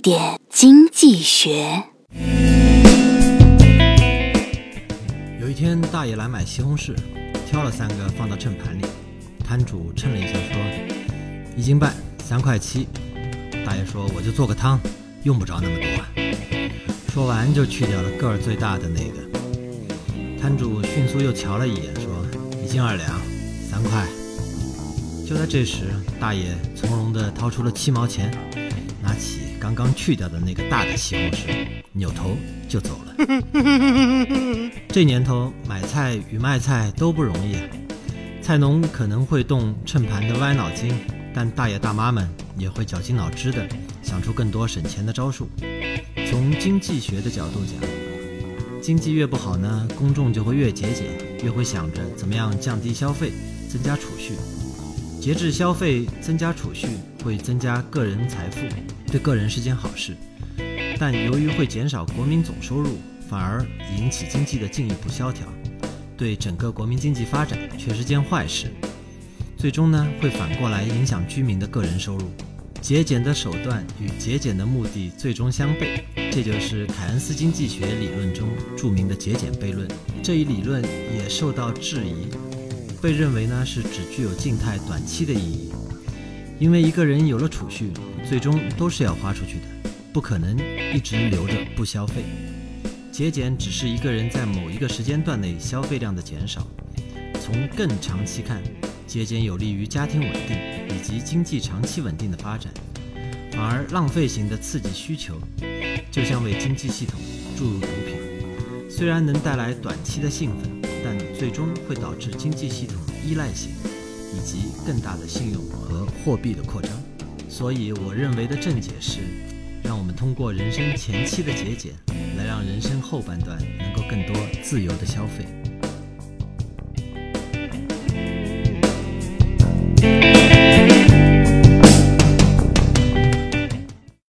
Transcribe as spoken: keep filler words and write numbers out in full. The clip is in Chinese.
点经济学。 有一天，大爷来买西红柿，挑了三个放到秤盘里，摊主称了一下说：“一斤半，三块七。”大爷说：“我就做个汤，用不着那么多啊。”说完就去掉了个儿最大的那个。摊主迅速又瞧了一眼，说：“一斤二两，三块。”就在这时，大爷从容地掏出了七毛钱，拿起刚刚去掉的那个大的西红柿，扭头就走了。这年头买菜与卖菜都不容易啊，菜农可能会动秤盘的歪脑筋，但大爷大妈们也会绞尽脑汁的想出更多省钱的招数。从经济学的角度讲，经济越不好呢，公众就会越节俭，越会想着怎么样降低消费，增加储蓄。节制消费，增加储蓄，会增加个人财富，对个人是件好事。但由于会减少国民总收入，反而引起经济的进一步萧条，对整个国民经济发展却是件坏事。最终呢，会反过来影响居民的个人收入。节俭的手段与节俭的目的最终相悖，这就是凯恩斯经济学理论中著名的节俭悖论。这一理论也受到质疑，被认为呢是只具有静态短期的意义。因为一个人有了储蓄，最终都是要花出去的，不可能一直留着不消费。节俭只是一个人在某一个时间段内消费量的减少。从更长期看，节俭有利于家庭稳定以及经济长期稳定的发展，反而浪费型的刺激需求就像为经济系统注入毒品，虽然能带来短期的兴奋，但最终会导致经济系统的依赖性以及更大的信用和货币的扩张。所以我认为的正解是，让我们通过人生前期的节俭，来让人生后半段能够更多自由的消费。